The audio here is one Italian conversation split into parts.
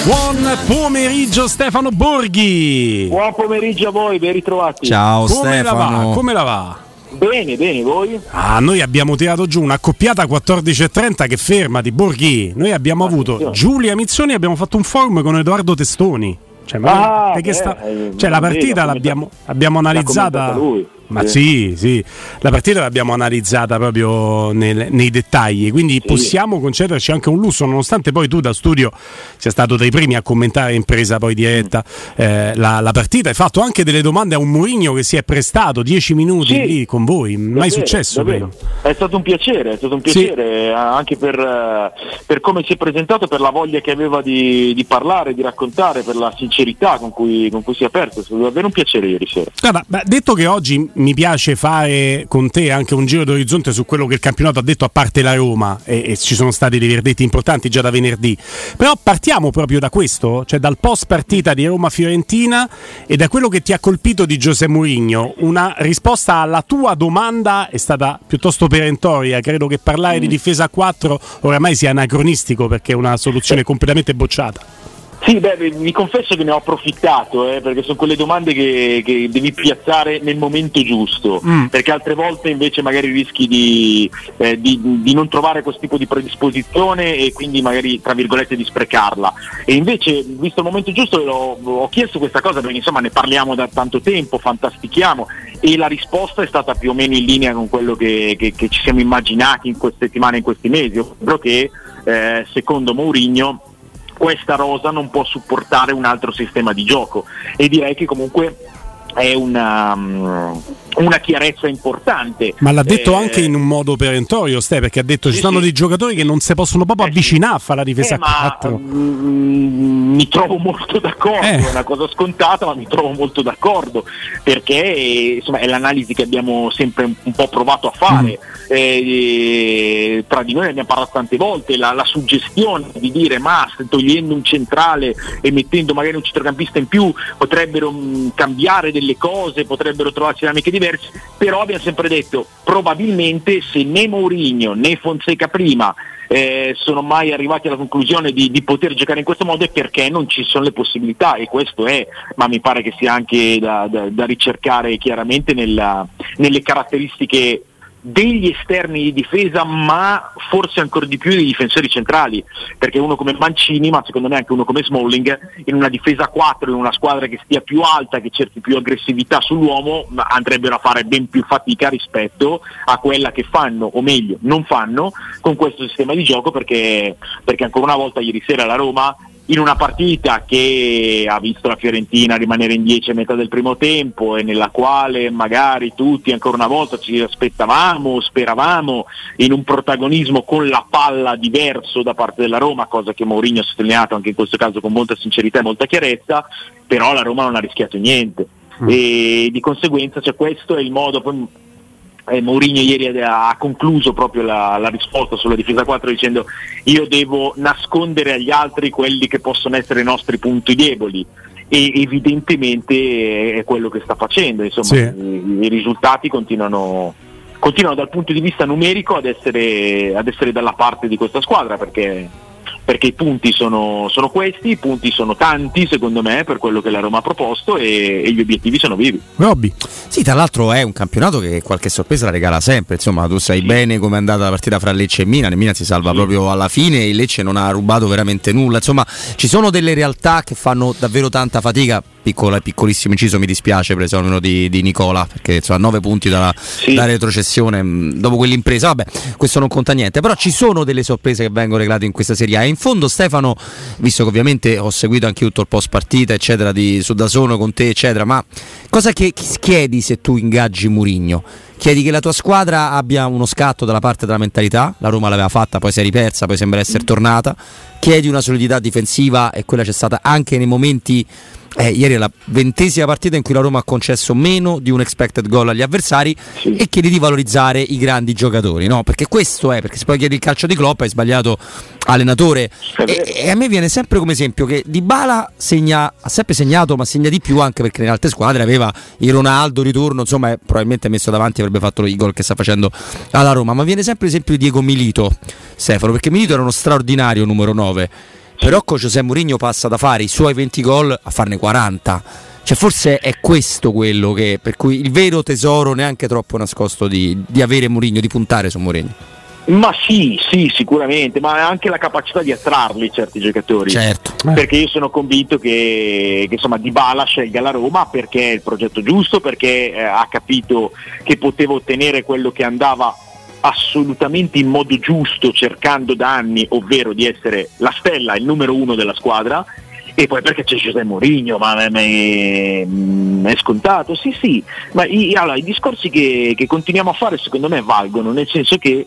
Buon pomeriggio Stefano Borghi. Buon pomeriggio a voi, ben ritrovati. Ciao Come Stefano. Come la va? Bene, voi? Noi abbiamo tirato giù un'accoppiata 14:30 che ferma di Borghi. Noi abbiamo avuto Giulia Mizzoni e abbiamo fatto un forum con Edoardo Testoni. Cioè, la partita l'abbiamo analizzata. Lui. Ma sì, la partita l'abbiamo analizzata proprio nei dettagli, quindi possiamo concederci anche un lusso, nonostante poi tu da studio sia stato tra i primi a commentare in presa poi diretta la partita. Hai fatto anche delle domande a un Mourinho che si è prestato 10 minuti lì con voi, mai successo. Davvero. È stato un piacere anche per come si è presentato, per la voglia che aveva di parlare, di raccontare, per la sincerità con cui si è aperto. È stato davvero un piacere ieri sera. Guarda, detto che oggi mi piace fare con te anche un giro d'orizzonte su quello che il campionato ha detto, a parte la Roma, e ci sono stati dei verdetti importanti già da venerdì, però partiamo proprio da questo, cioè dal post partita di Roma-Fiorentina e da quello che ti ha colpito di José Mourinho. Una risposta alla tua domanda è stata piuttosto perentoria. Credo che parlare di difesa a 4 oramai sia anacronistico, perché è una soluzione completamente bocciata. Sì, mi confesso che ne ho approfittato, perché sono quelle domande che devi piazzare nel momento giusto, perché altre volte invece magari rischi di non trovare questo tipo di predisposizione e quindi magari, tra virgolette, di sprecarla. E invece, visto il momento giusto, ho chiesto questa cosa perché insomma ne parliamo da tanto tempo, fantastichiamo, e la risposta è stata più o meno in linea con quello che ci siamo immaginati in queste settimane, in questi mesi, ovvero che secondo Mourinho questa rosa non può supportare un altro sistema di gioco, e direi che comunque è una chiarezza importante. Ma l'ha detto anche in un modo perentorio, perché ha detto ci sono dei giocatori che non si possono proprio avvicinare a fare la difesa a 4. Mi trovo molto d'accordo, è una cosa scontata, ma mi trovo molto d'accordo, perché insomma è l'analisi che abbiamo sempre un po' provato a fare. Tra di noi abbiamo parlato tante volte, la suggestione di dire ma togliendo un centrale e mettendo magari un centrocampista in più potrebbero cambiare delle cose, potrebbero trovarsi dinamiche diverse, però abbiamo sempre detto probabilmente se né Mourinho né Fonseca prima sono mai arrivati alla conclusione di poter giocare in questo modo è perché non ci sono le possibilità, e questo ma mi pare che sia anche da ricercare chiaramente nelle caratteristiche degli esterni di difesa, ma forse ancora di più dei difensori centrali, perché uno come Mancini, ma secondo me anche uno come Smalling, in una difesa a 4, in una squadra che stia più alta, che cerchi più aggressività sull'uomo, andrebbero a fare ben più fatica rispetto a quella che fanno, o meglio non fanno, con questo sistema di gioco, perché ancora una volta ieri sera la Roma, in una partita che ha visto la Fiorentina rimanere in 10 a metà del primo tempo, e nella quale magari tutti ancora una volta ci aspettavamo, speravamo in un protagonismo con la palla diverso da parte della Roma, cosa che Mourinho ha sottolineato anche in questo caso con molta sincerità e molta chiarezza, però la Roma non ha rischiato niente, e di conseguenza questo è il modo. Poi Mourinho ieri ha concluso proprio la risposta sulla difesa 4 dicendo: io devo nascondere agli altri quelli che possono essere i nostri punti deboli, e evidentemente è quello che sta facendo, insomma. I risultati continuano dal punto di vista numerico ad essere dalla parte di questa squadra, perché i punti sono questi, i punti sono tanti secondo me per quello che la Roma ha proposto, e gli obiettivi sono vivi. Robby. Sì, tra l'altro è un campionato che qualche sorpresa la regala sempre, insomma tu sai bene come è andata la partita fra Lecce e Milan. Il Milan si salva proprio alla fine, e il Lecce non ha rubato veramente nulla, insomma ci sono delle realtà che fanno davvero tanta fatica. Piccolissimo inciso, mi dispiace per esempio di Nicola, perché insomma 9 punti dalla retrocessione dopo quell'impresa, vabbè, questo non conta niente, però ci sono delle sorprese che vengono regalate in questa Serie A. E in fondo, Stefano, visto che ovviamente ho seguito anche tutto il post partita eccetera su DAZN con te eccetera, ma cosa che chiedi se tu ingaggi Mourinho? Chiedi che la tua squadra abbia uno scatto dalla parte della mentalità, la Roma l'aveva fatta, poi si è ripersa, poi sembra essere tornata. Chiedi una solidità difensiva, e quella c'è stata anche nei momenti. Ieri è la 20ª partita in cui la Roma ha concesso meno di un expected goal agli avversari, e chiedi di valorizzare i grandi giocatori, no? Perché questo perché se poi chiedi il calcio di Klopp hai sbagliato allenatore, e a me viene sempre come esempio che Dybala ha sempre segnato, ma segna di più anche perché nelle altre squadre aveva il Ronaldo ritorno, insomma probabilmente messo davanti avrebbe fatto i gol che sta facendo alla Roma. Ma viene sempre l'esempio di Diego Milito, Stefano, perché Milito era uno straordinario numero 9, però con José Mourinho passa da fare i suoi 20 gol a farne 40. Cioè forse è questo quello che, per cui il vero tesoro neanche troppo nascosto di avere Mourinho, di puntare su Mourinho. Ma sì, sicuramente, ma anche la capacità di attrarli certi giocatori. Certo. Perché io sono convinto che insomma Dybala scelga la Roma perché è il progetto giusto, perché ha capito che poteva ottenere quello che andava assolutamente in modo giusto cercando da anni, ovvero di essere la stella, il numero uno della squadra. E poi perché c'è José Mourinho, ma è scontato, sì, ma allora, i discorsi che continuiamo a fare secondo me valgono, nel senso che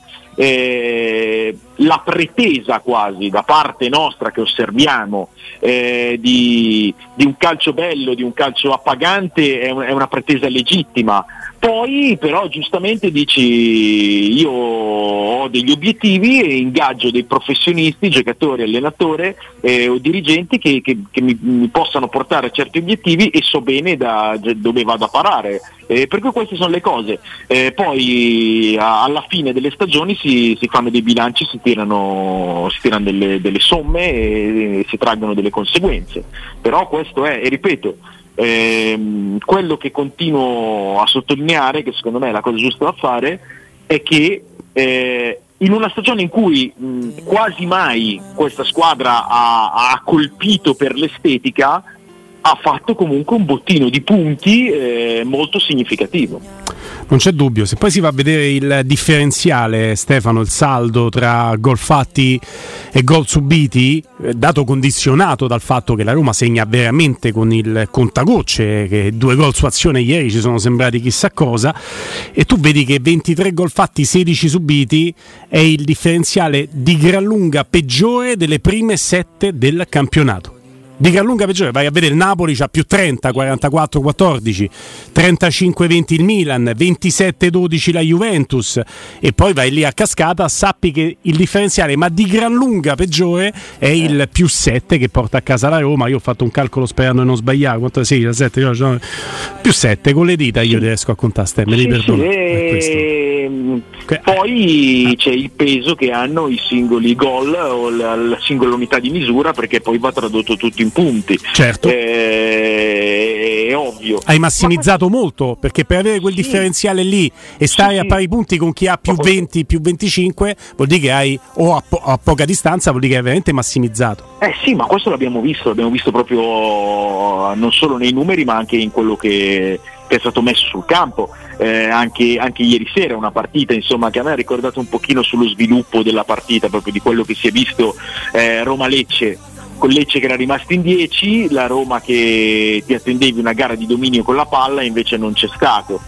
la pretesa quasi da parte nostra che osserviamo di un calcio bello, di un calcio appagante è una pretesa legittima. Poi però giustamente dici io ho degli obiettivi e ingaggio dei professionisti, giocatori, allenatore o dirigenti che mi possano portare a certi obiettivi e so bene dove vado a parare. Perché queste sono le cose. Poi alla fine delle stagioni si fanno dei bilanci, si tirano delle somme e si traggono delle conseguenze. Però questo è, e ripeto, quello che continuo a sottolineare, che secondo me è la cosa giusta da fare, è che in una stagione in cui quasi mai questa squadra ha colpito per l'estetica, ha fatto comunque un bottino di punti molto significativo. Non c'è dubbio, se poi si va a vedere il differenziale, Stefano, il saldo tra gol fatti e gol subiti, dato condizionato dal fatto che la Roma segna veramente con il contagocce, che 2 gol su azione ieri ci sono sembrati chissà cosa, e tu vedi che 23 gol fatti, 16 subiti è il differenziale di gran lunga peggiore delle prime 7 del campionato. Di gran lunga peggiore, vai a vedere il Napoli c'ha più 30, 44-14, 35-20 il Milan, 27-12 la Juventus, e poi vai lì a cascata, sappi che il differenziale, ma di gran lunga peggiore, è il più 7 che porta a casa la Roma. Io ho fatto un calcolo sperando di non sbagliare, quanto 6, 7, più 7 con le dita, io riesco a contare, me li perdono. Poi c'è il peso che hanno i singoli gol o la singola unità di misura, perché poi va tradotto tutto in punti. Certo. È ovvio. Hai massimizzato molto, perché per avere quel differenziale lì e stare a pari punti con chi ha più 20, più 25, vuol dire che hai, o a poca distanza, vuol dire che hai veramente massimizzato. Sì, ma questo l'abbiamo visto proprio non solo nei numeri, ma anche in quello che è stato messo sul campo. Anche ieri sera una partita, insomma, che a me ha ricordato un pochino sullo sviluppo della partita, proprio di quello che si è visto. Roma-Lecce, con Lecce che era rimasto in 10, la Roma che ti attendevi una gara di dominio con la palla, invece non c'è stato.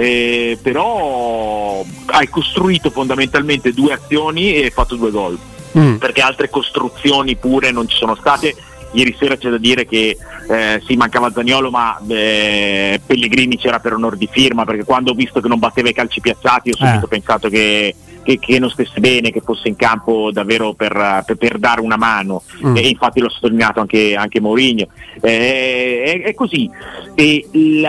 Però hai costruito fondamentalmente 2 azioni e hai fatto 2 gol, perché altre costruzioni pure non ci sono state. Ieri sera c'è da dire che sì, mancava Zaniolo, ma Pellegrini c'era per onor di firma, perché quando ho visto che non batteva i calci piazzati ho subito pensato che non stesse bene, che fosse in campo davvero per dare una mano, e infatti l'ho sottolineato anche Mourinho. È così, e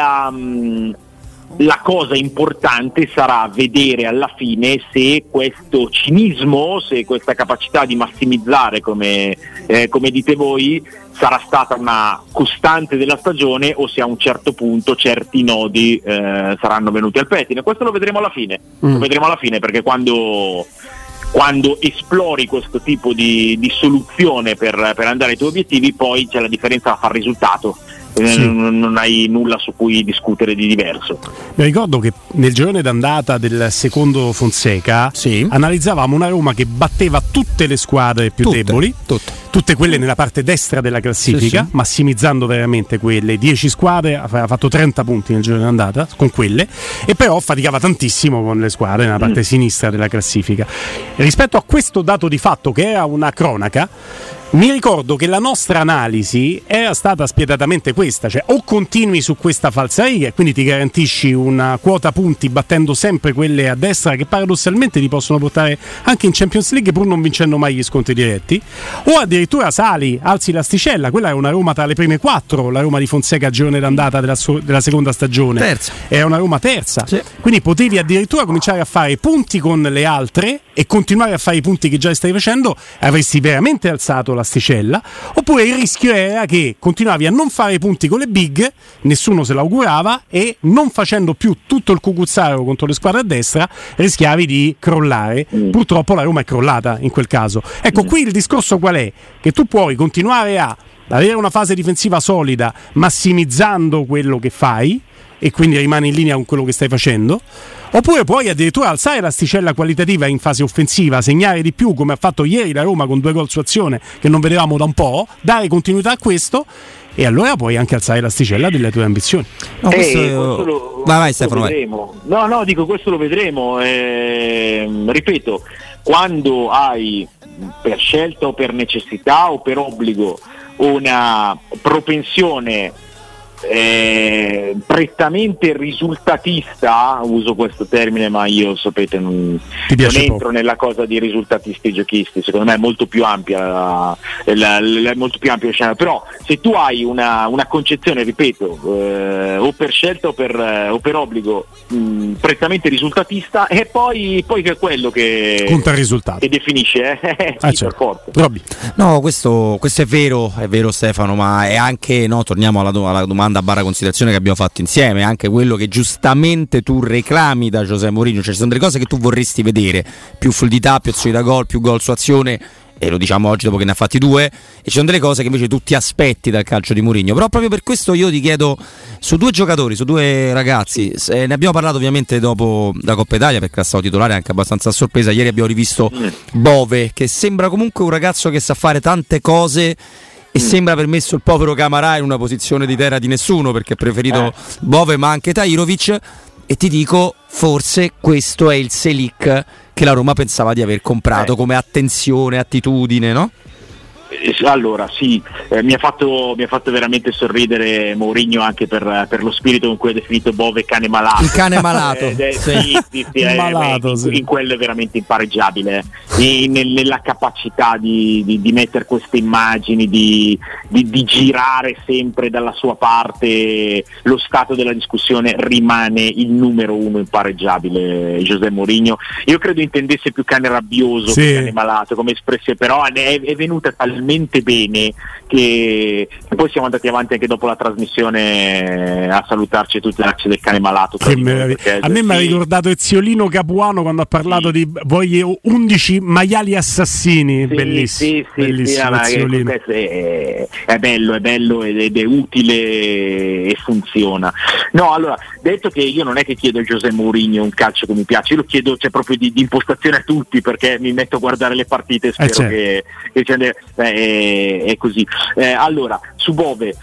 la cosa importante sarà vedere alla fine se questo cinismo, se questa capacità di massimizzare, come dite voi, sarà stata una costante della stagione, o se a un certo punto certi nodi saranno venuti al pettine. Questo lo vedremo alla fine. Lo vedremo alla fine, perché quando esplori questo tipo di soluzione per andare ai tuoi obiettivi, poi c'è la differenza da far risultato. Non hai nulla su cui discutere di diverso. Mi ricordo che nel girone d'andata del secondo Fonseca analizzavamo una Roma che batteva tutte le squadre più deboli, tutte quelle nella parte destra della classifica, massimizzando veramente quelle 10 squadre, aveva fatto 30 punti nel girone d'andata con quelle, e però faticava tantissimo con le squadre nella parte sinistra della classifica. E rispetto a questo dato di fatto, che era una cronaca, mi ricordo che la nostra analisi era stata spietatamente questa, cioè o continui su questa falsariga e quindi ti garantisci una quota punti battendo sempre quelle a destra, che paradossalmente ti possono portare anche in Champions League pur non vincendo mai gli scontri diretti, o addirittura sali, alzi l'asticella. Quella è una Roma tra le prime 4, la Roma di Fonseca a girone d'andata della seconda stagione, terza. Era una Roma terza, quindi potevi addirittura cominciare a fare punti con le altre e continuare a fare i punti che già stavi facendo, avresti veramente alzato la l'asticella, oppure il rischio era che continuavi a non fare punti con le big, nessuno se l'augurava, e non facendo più tutto il cucuzzaro contro le squadre a destra rischiavi di crollare. Purtroppo la Roma è crollata in quel caso. Ecco, qui il discorso qual è? Che tu puoi continuare a avere una fase difensiva solida massimizzando quello che fai e quindi rimani in linea con quello che stai facendo, oppure puoi addirittura alzare l'asticella qualitativa in fase offensiva, segnare di più come ha fatto ieri la Roma con 2 gol su azione che non vedevamo da un po', dare continuità a questo, e allora puoi anche alzare l'asticella delle tue ambizioni. No, vai Stefano, vedremo. Dico questo lo vedremo. Ripeto, quando hai per scelta o per necessità o per obbligo una propensione prettamente risultatista, uso questo termine, ma io sapete non entro nella cosa di risultatisti giochisti, secondo me è molto più ampia molto più ampio scenario. Però se tu hai una concezione, ripeto, o per scelta o per obbligo prettamente risultatista, e poi che è quello che conta il risultato, che definisce certo. No, questo è vero Stefano, ma è anche, no, torniamo alla domanda barra considerazione che abbiamo fatto insieme, anche quello che giustamente tu reclami da José Mourinho, cioè ci sono delle cose che tu vorresti vedere, più fluidità, più azioni da gol, più gol su azione, e lo diciamo oggi dopo che ne ha fatti 2, e ci sono delle cose che invece tu ti aspetti dal calcio di Mourinho. Però proprio per questo io ti chiedo su 2 giocatori, su 2 ragazzi, ne abbiamo parlato ovviamente dopo la Coppa Italia, perché era stato titolare anche abbastanza a sorpresa. Ieri abbiamo rivisto Bove, che sembra comunque un ragazzo che sa fare tante cose, e sembra per messo il povero Camarà in una posizione di terra di nessuno, perché ha preferito Bove ma anche Tahirovic, e ti dico, forse questo è il Selic che la Roma pensava di aver comprato come attenzione, attitudine, no? Allora sì, mi ha fatto veramente sorridere Mourinho anche per lo spirito con cui ha definito Bove cane malato. Il cane malato, in quello è veramente impareggiabile, nella capacità di mettere queste immagini, di girare sempre dalla sua parte lo stato della discussione. Rimane il numero 1 impareggiabile José Mourinho. Io credo intendesse più cane rabbioso che cane malato come espressione, però è venuta talmente bene che poi siamo andati avanti anche dopo la trasmissione a salutarci tutte le acce del cane malato. A me mi ha ricordato Eziolino Capuano quando ha parlato di voglio 11 maiali assassini. Bellissimo. Bellissimo. È bello ed è utile e funziona. No, allora, detto che io non è che chiedo a José Mourinho un calcio che mi piace, io lo chiedo proprio di impostazione a tutti, perché mi metto a guardare le partite e spero che è così. Allora, su Bove,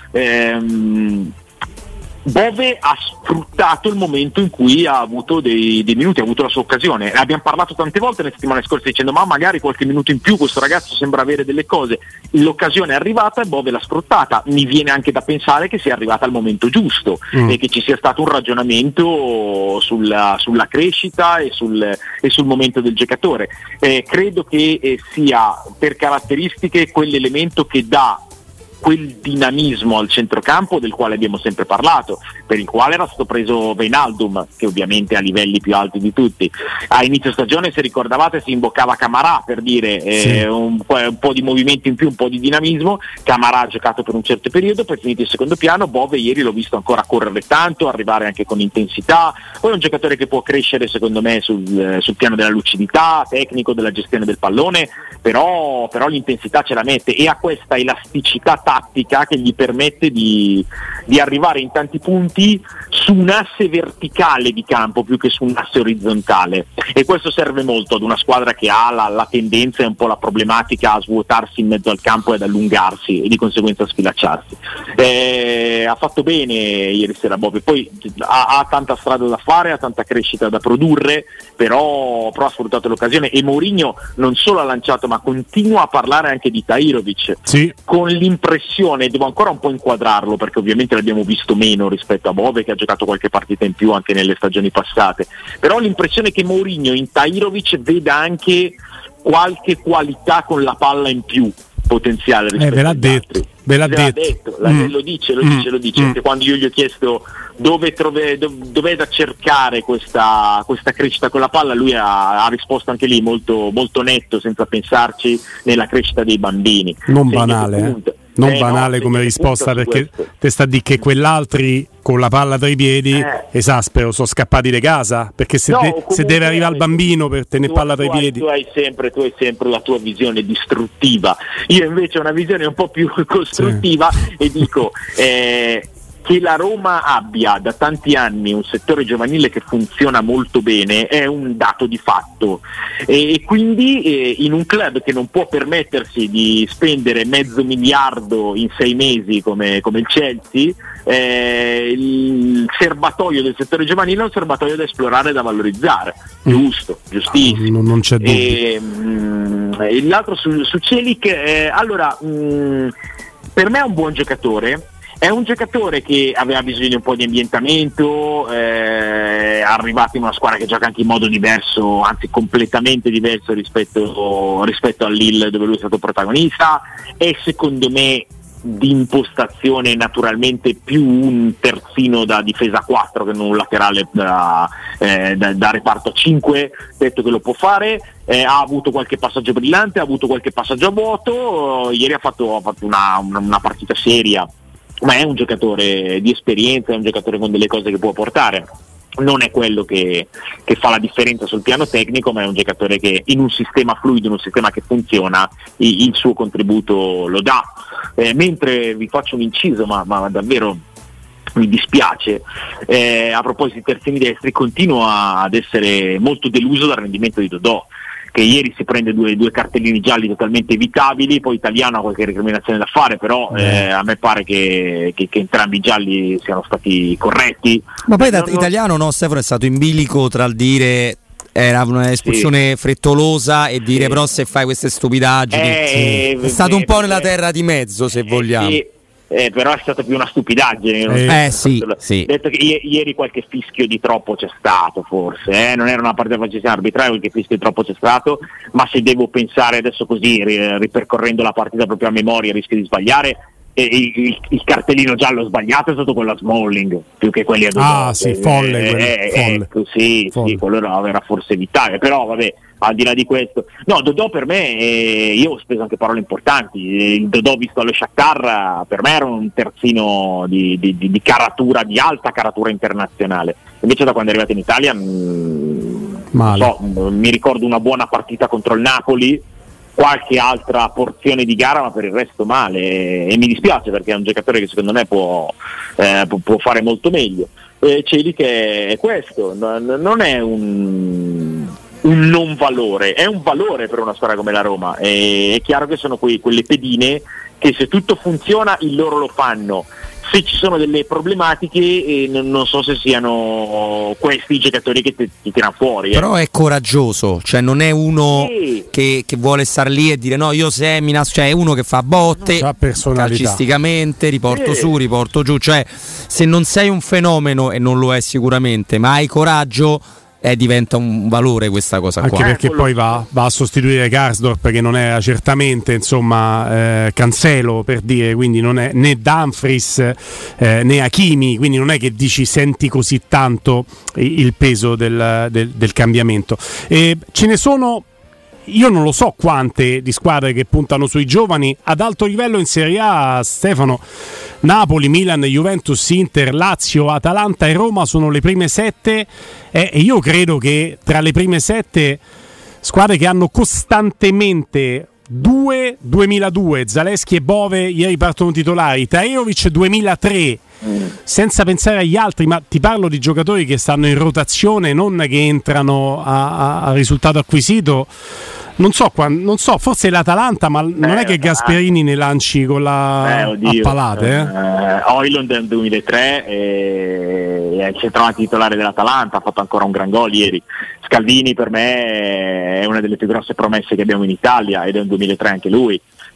Bove ha sfruttato il momento in cui ha avuto dei minuti, ha avuto la sua occasione. Abbiamo parlato tante volte nelle settimane scorse dicendo ma magari qualche minuto in più, questo ragazzo sembra avere delle cose. L'occasione è arrivata e Bove l'ha sfruttata. Mi viene anche da pensare che sia arrivata al momento giusto e che ci sia stato un ragionamento sulla crescita e sul momento del giocatore. Credo che sia per caratteristiche quell'elemento che dà quel dinamismo al centrocampo del quale abbiamo sempre parlato, per il quale era stato preso Wijnaldum, che ovviamente ha livelli più alti di tutti. A inizio stagione, se ricordavate, si imboccava Camarà per dire un po' di movimento in più, un po' di dinamismo. Camarà ha giocato per un certo periodo, poi finito in secondo piano. Bove ieri l'ho visto ancora correre tanto, arrivare anche con intensità. Poi è un giocatore che può crescere secondo me sul piano della lucidità, tecnico, della gestione del pallone, però l'intensità ce la mette, e ha questa elasticità tattica che gli permette di arrivare in tanti punti su un asse verticale di campo più che su un asse orizzontale, e questo serve molto ad una squadra che ha la tendenza e un po' la problematica a svuotarsi in mezzo al campo e ad allungarsi e di conseguenza a sfilacciarsi. Ha fatto bene ieri sera Bove, poi ha tanta strada da fare, ha tanta crescita da produrre, però ha sfruttato l'occasione, e Mourinho non solo ha lanciato ma continua a parlare anche di Tahirovic, con l'impressione, devo ancora un po' inquadrarlo perché ovviamente l'abbiamo visto meno rispetto a Bove che ha giocato qualche partita in più anche nelle stagioni passate, però ho l'impressione che Mourinho in Tahirovic veda anche qualche qualità con la palla in più, potenziale rispetto ve l'ha agli detto, altri. ve l'ha detto. Lo dice. Perché quando io gli ho chiesto dov'è da cercare questa crescita con la palla, lui ha risposto anche lì molto, molto netto, senza pensarci, nella crescita dei bambini. Non banale, non banale come risposta, perché te sta a dire che quell'altri con la palla tra i piedi esaspero, sono scappati di casa, perché se deve arrivare al bambino per tenere palla tra i piedi. Tu hai sempre la tua visione distruttiva, io invece ho una visione un po' più costruttiva, e dico che la Roma abbia da tanti anni un settore giovanile che funziona molto bene è un dato di fatto, e quindi in un club che non può permettersi di spendere $500 milioni in 6 mesi come il Chelsea, il serbatoio del settore giovanile è un serbatoio da esplorare e da valorizzare. Giustissimo. Non c'è dubbio. L'altro su Celik, per me è un buon giocatore. È un giocatore che aveva bisogno di un po' di ambientamento, è arrivato in una squadra che gioca anche in modo diverso, anzi completamente diverso rispetto al Lille, dove lui è stato protagonista. È secondo me di impostazione naturalmente più un terzino da difesa 4 che non un laterale da reparto 5, detto che lo può fare. Ha avuto qualche passaggio brillante, ha avuto qualche passaggio a vuoto, ieri ha fatto una partita seria, ma è un giocatore di esperienza, è un giocatore con delle cose che può portare. Non è quello che fa la differenza sul piano tecnico, ma è un giocatore che in un sistema fluido, in un sistema che funziona, il suo contributo lo dà. Mentre vi faccio un inciso, ma davvero mi dispiace, a proposito di terzini destri, continuo ad essere molto deluso dal rendimento di Dodò, che ieri si prende due cartellini gialli totalmente evitabili. Poi Italiano ha qualche recriminazione da fare, però a me pare che entrambi i gialli siano stati corretti. Ma poi Italiano, no, Stefano, è stato in bilico tra il dire era un'espulsione frettolosa e dire però se fai queste stupidaggini è stato un po' nella terra di mezzo, se vogliamo. Però è stata più una stupidaggine. Sì. Detto che ieri qualche fischio di troppo c'è stato, forse, non era una partita facile arbitrare, qualche fischio di troppo c'è stato, ma se devo pensare adesso così, ripercorrendo la partita proprio a memoria, rischio di sbagliare. Il cartellino giallo sbagliato è stato quello a Smalling più che quelli a Dodò. Folle. Sì, quello era forse vitale, però vabbè, al di là di questo, no, Dodò per me, io ho speso anche parole importanti. Il Dodò visto allo Shakhtar per me era un terzino di caratura, di alta caratura internazionale, invece da quando è arrivato in Italia mi ricordo una buona partita contro il Napoli, qualche altra porzione di gara, ma per il resto male, e mi dispiace perché è un giocatore che secondo me può fare molto meglio. Celik è questo, non è un non valore, è un valore per una squadra come la Roma. È chiaro che sono quelle pedine che se tutto funziona il loro lo fanno. Se ci sono delle problematiche non so se siano questi i giocatori che ti tirano fuori. Però è coraggioso, cioè non è uno che vuole star lì e dire no, io semina, cioè è uno che fa botte calcisticamente, riporto su, riporto giù, cioè se non sei un fenomeno, e non lo è sicuramente, ma hai coraggio, diventa un valore questa cosa qua. Anche perché poi va a sostituire Karsdorp, che non era certamente Cancelo, per dire, quindi non è né Dumfries né Hakimi, quindi non è che dici senti così tanto il peso del cambiamento. Ce ne sono, io non lo so quante di squadre che puntano sui giovani ad alto livello in Serie A, Stefano. Napoli, Milan, Juventus, Inter, Lazio, Atalanta e Roma sono le prime 7, e io credo che tra le prime 7 squadre che hanno costantemente 2002, Zaleschi e Bove ieri partono titolari, Tajerovic 2003, senza pensare agli altri, ma ti parlo di giocatori che stanno in rotazione, non che entrano a risultato acquisito. Non so, forse l'Atalanta, ma non è che Gasperini ne lanci con la a palate. Højlund nel 2003 è il centravanti titolare dell'Atalanta, ha fatto ancora un gran gol ieri. Scalvini per me è una delle più grosse promesse che abbiamo in Italia ed è un 2003 anche lui.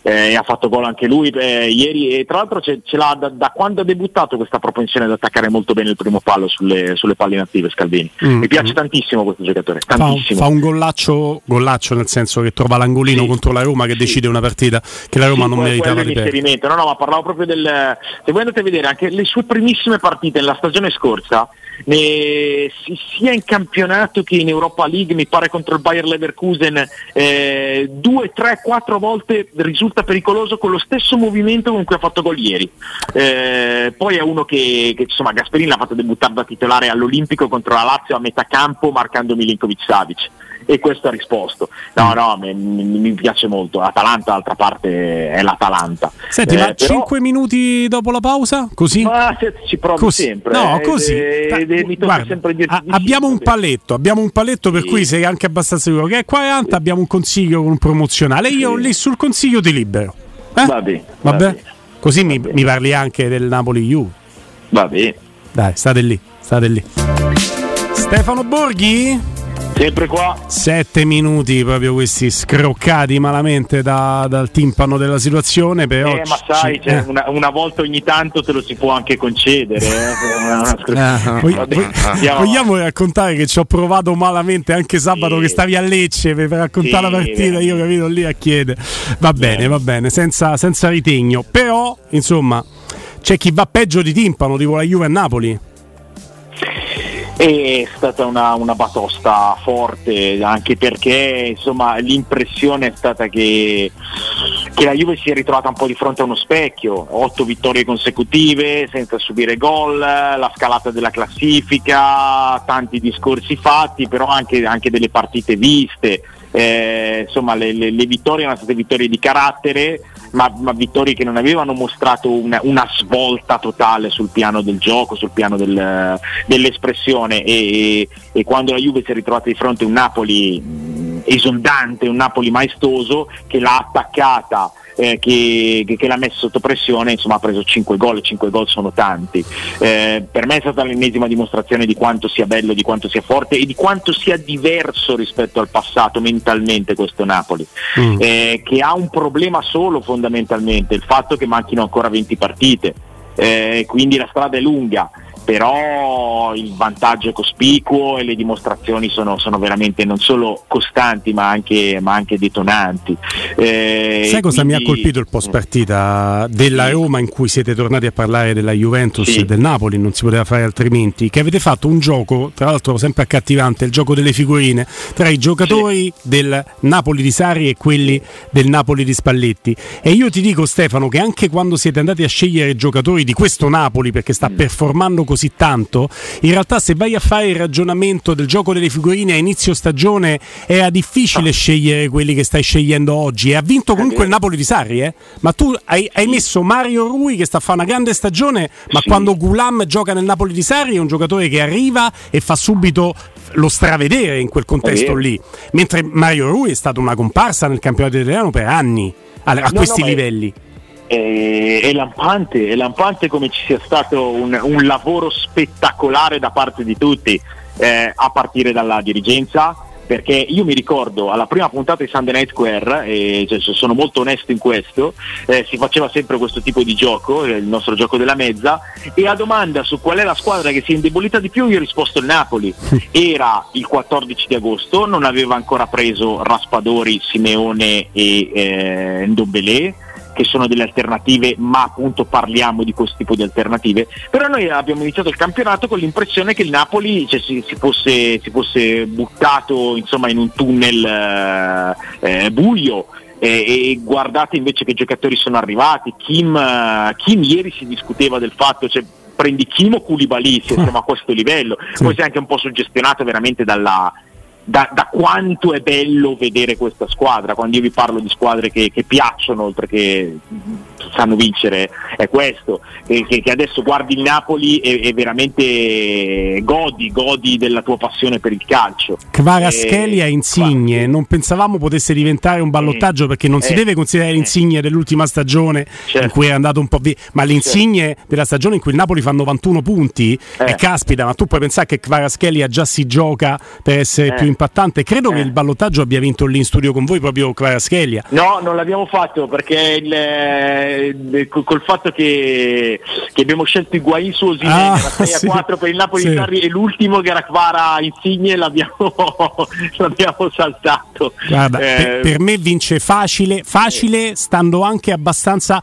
ha fatto gol anche lui ieri, e tra l'altro ce l'ha da quando ha debuttato questa propensione ad attaccare molto bene il primo palo sulle palle inattive Scalvini. Mi piace tantissimo questo giocatore, tantissimo. Fa un gollaccio nel senso che trova l'angolino contro la Roma che decide una partita che la Roma non meritava di perdere. No, ma parlavo proprio se voi andate a vedere anche le sue primissime partite nella stagione scorsa, sia in campionato che in Europa League, mi pare contro il Bayer Leverkusen 2, 3, 4 volte risulta pericoloso con lo stesso movimento con cui ha fatto gol ieri. Poi è uno che insomma Gasperini l'ha fatto debuttare da titolare all'Olimpico contro la Lazio a metà campo marcando Milinkovic-Savic, e questo ha risposto. Mi piace molto. Atalanta d'altra parte è l'Atalanta. Senti, ma 5 minuti dopo la pausa? Così? Ma ci provo sempre. No, così. Mi tocca sempre dirti abbiamo un paletto per cui sei anche abbastanza sicuro che è 40, abbiamo un consiglio con un promozionale. Io lì sul consiglio ti libero. Va bene. Così mi parli anche del Napoli-Juve. Va bene. Dai, state lì. Stefano Borghi? Sempre qua. 7 minuti proprio questi scroccati malamente dal timpano della situazione, però ma sai, una volta ogni tanto te lo si può anche concedere. Vogliamo raccontare che ci ho provato malamente anche sabato che stavi a Lecce per raccontare la partita, io capito lì a chiedere. Va bene, senza ritegno, però insomma c'è chi va peggio di timpano, tipo la Juve a Napoli. È stata una batosta forte, anche perché insomma l'impressione è stata che la Juve si è ritrovata un po' di fronte a uno specchio. 8 vittorie consecutive senza subire gol, la scalata della classifica, tanti discorsi fatti, però anche delle partite viste. Insomma le vittorie erano state vittorie di carattere, ma vittorie che non avevano mostrato una svolta totale sul piano del gioco, sul piano dell'espressione, e quando la Juve si è ritrovata di fronte a un Napoli esondante, un Napoli maestoso che l'ha attaccata, che l'ha messo sotto pressione, insomma ha preso 5 gol, e 5 gol sono tanti. Per me è stata l'ennesima dimostrazione di quanto sia bello, di quanto sia forte e di quanto sia diverso rispetto al passato mentalmente questo Napoli, che ha un problema solo fondamentalmente, il fatto che manchino ancora 20 partite, quindi la strada è lunga, però il vantaggio è cospicuo e le dimostrazioni sono veramente non solo costanti ma anche detonanti. Sai cosa mi ha colpito il post partita della Roma, in cui siete tornati a parlare della Juventus e del Napoli, non si poteva fare altrimenti, che avete fatto un gioco, tra l'altro sempre accattivante, il gioco delle figurine tra i giocatori del Napoli di Sarri e quelli del Napoli di Spalletti, e io ti dico, Stefano, che anche quando siete andati a scegliere giocatori di questo Napoli, perché sta performando così tanto, in realtà se vai a fare il ragionamento del gioco delle figurine a inizio stagione era difficile scegliere quelli che stai scegliendo oggi, e ha vinto comunque il Napoli di Sarri, ma tu hai messo Mario Rui che sta a fare una grande stagione, ma quando Goulam gioca nel Napoli di Sarri è un giocatore che arriva e fa subito lo stravedere in quel contesto lì, mentre Mario Rui è stata una comparsa nel campionato italiano per anni a questi livelli. È lampante come ci sia stato un lavoro spettacolare da parte di tutti, a partire dalla dirigenza, perché io mi ricordo alla prima puntata di Sunday Night Square, sono molto onesto in questo, si faceva sempre questo tipo di gioco, il nostro gioco della mezza, e a domanda su qual è la squadra che si è indebolita di più io ho risposto il Napoli. Era il 14 di agosto, non aveva ancora preso Raspadori, Simeone e Ndombele, che sono delle alternative, ma appunto parliamo di questo tipo di alternative. Però noi abbiamo iniziato il campionato con l'impressione che il Napoli si fosse buttato insomma in un tunnel buio, e guardate invece che giocatori sono arrivati. Kim ieri si discuteva del fatto, prendi Kim o Koulibaly se siamo a questo livello. Poi si è anche un po' suggestionato veramente da quanto è bello vedere questa squadra, quando io vi parlo di squadre che piacciono oltre che sanno vincere, è questo, che adesso guardi il Napoli e veramente godi della tua passione per il calcio. Kvaratskhelia Insigne, non pensavamo potesse diventare un ballottaggio, perché non si deve considerare l'Insigne dell'ultima stagione, in cui è andato un po' via, ma l'Insigne della stagione in cui il Napoli fa 91 punti, e caspita, ma tu puoi pensare che Kvaratskhelia già si gioca per essere più impattante. Credo che il ballottaggio abbia vinto lì in studio con voi proprio Kvaratskhelia. No, non l'abbiamo fatto, perché col fatto che abbiamo scelto Higuaín su Osimhen, 6-4 per il Napoli di Sarri, e l'ultimo che era Kvara Insigne l'abbiamo saltato. Guarda, per me vince facile, stando anche abbastanza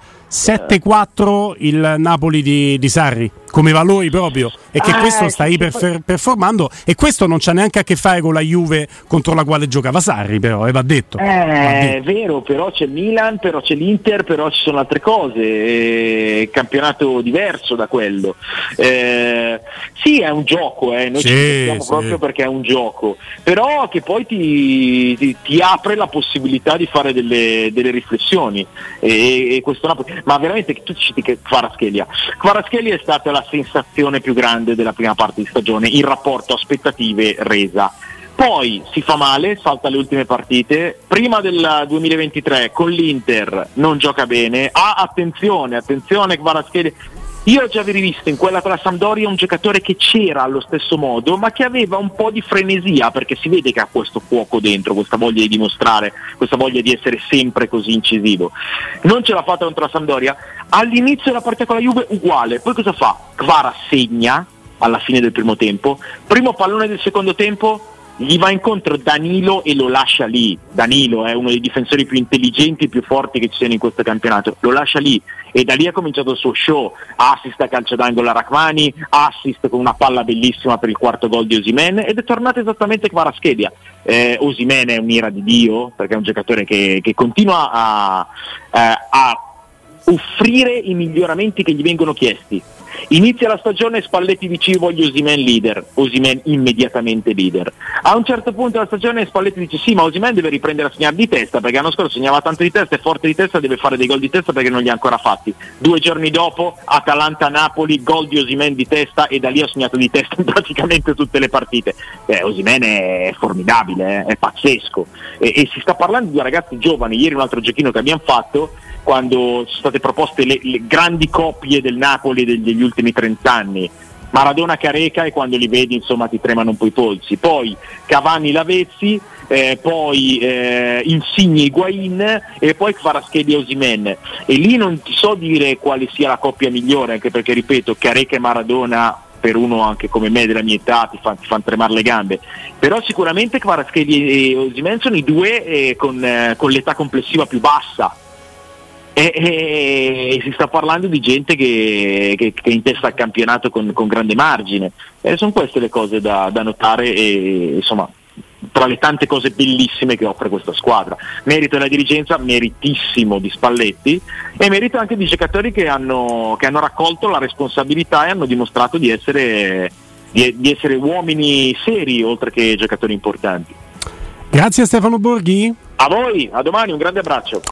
7-4 il Napoli di Sarri, come valori proprio, e che questo sta iperperformando, e questo non c'ha neanche a che fare con la Juve contro la quale giocava Sarri, però va detto. È vero, però c'è il Milan, però c'è l'Inter, però ci sono altre cose, campionato diverso da quello. Sì, è un gioco, noi ci pensiamo proprio perché è un gioco, però che poi ti apre la possibilità di fare delle riflessioni, e questo Napoli. Ma veramente, che tu citi che Kvaratskhelia è stata la sensazione più grande della prima parte di stagione in rapporto aspettative resa. Poi si fa male, salta le ultime partite, prima del 2023 con l'Inter non gioca bene, attenzione Kvaratskhelia. Io ho già rivisto in quella con la Sampdoria un giocatore che c'era allo stesso modo, ma che aveva un po' di frenesia, perché si vede che ha questo fuoco dentro, questa voglia di dimostrare, questa voglia di essere sempre così incisivo. Non ce l'ha fatta contro la Sampdoria. All'inizio della partita con la Juve uguale, poi cosa fa? Kvara segna alla fine del primo tempo, primo pallone del secondo tempo, gli va incontro Danilo e lo lascia lì. Danilo è uno dei difensori più intelligenti e più forti che ci siano in questo campionato, lo lascia lì, e da lì ha cominciato il suo show, assist a calcio d'angolo a Rachmani, assist con una palla bellissima per il quarto gol di Osimhen, ed è tornato esattamente Kvaratskhelia. Osimhen è un'ira di Dio, perché è un giocatore che continua a offrire i miglioramenti che gli vengono chiesti. Inizia la stagione, Spalletti dice voglio Osimhen leader, Osimhen immediatamente leader. A un certo punto della stagione Spalletti dice sì, ma Osimhen deve riprendere a segnare di testa, perché l'anno scorso segnava tanto di testa, è forte di testa, deve fare dei gol di testa perché non li ha ancora fatti. 2 giorni dopo Atalanta-Napoli, gol di Osimhen di testa, e da lì ha segnato di testa in praticamente tutte le partite. Osimhen è formidabile, è pazzesco, e si sta parlando di ragazzi giovani. Ieri un altro giochino che abbiamo fatto, quando sono state proposte le grandi coppie del Napoli degli ultimi 30 anni, Maradona Careca, e quando li vedi insomma ti tremano un po' i polsi. Poi Cavani Lavezzi, poi Insigne Higuaín, e poi Kvaratskhelia Osimhen, e lì non ti so dire quale sia la coppia migliore, anche perché ripeto, Careca e Maradona per uno anche come me della mia età ti fanno tremare le gambe, però sicuramente Kvaratskhelia e Osimhen sono i due con l'età complessiva più bassa. E si sta parlando di gente che è in testa al campionato con grande margine, sono queste le cose da notare, e insomma tra le tante cose bellissime che offre questa squadra. Merito della dirigenza, meritissimo di Spalletti, e merito anche di giocatori che hanno raccolto la responsabilità e hanno dimostrato di essere uomini seri oltre che giocatori importanti. Grazie a Stefano Borghi. A voi, a domani, un grande abbraccio.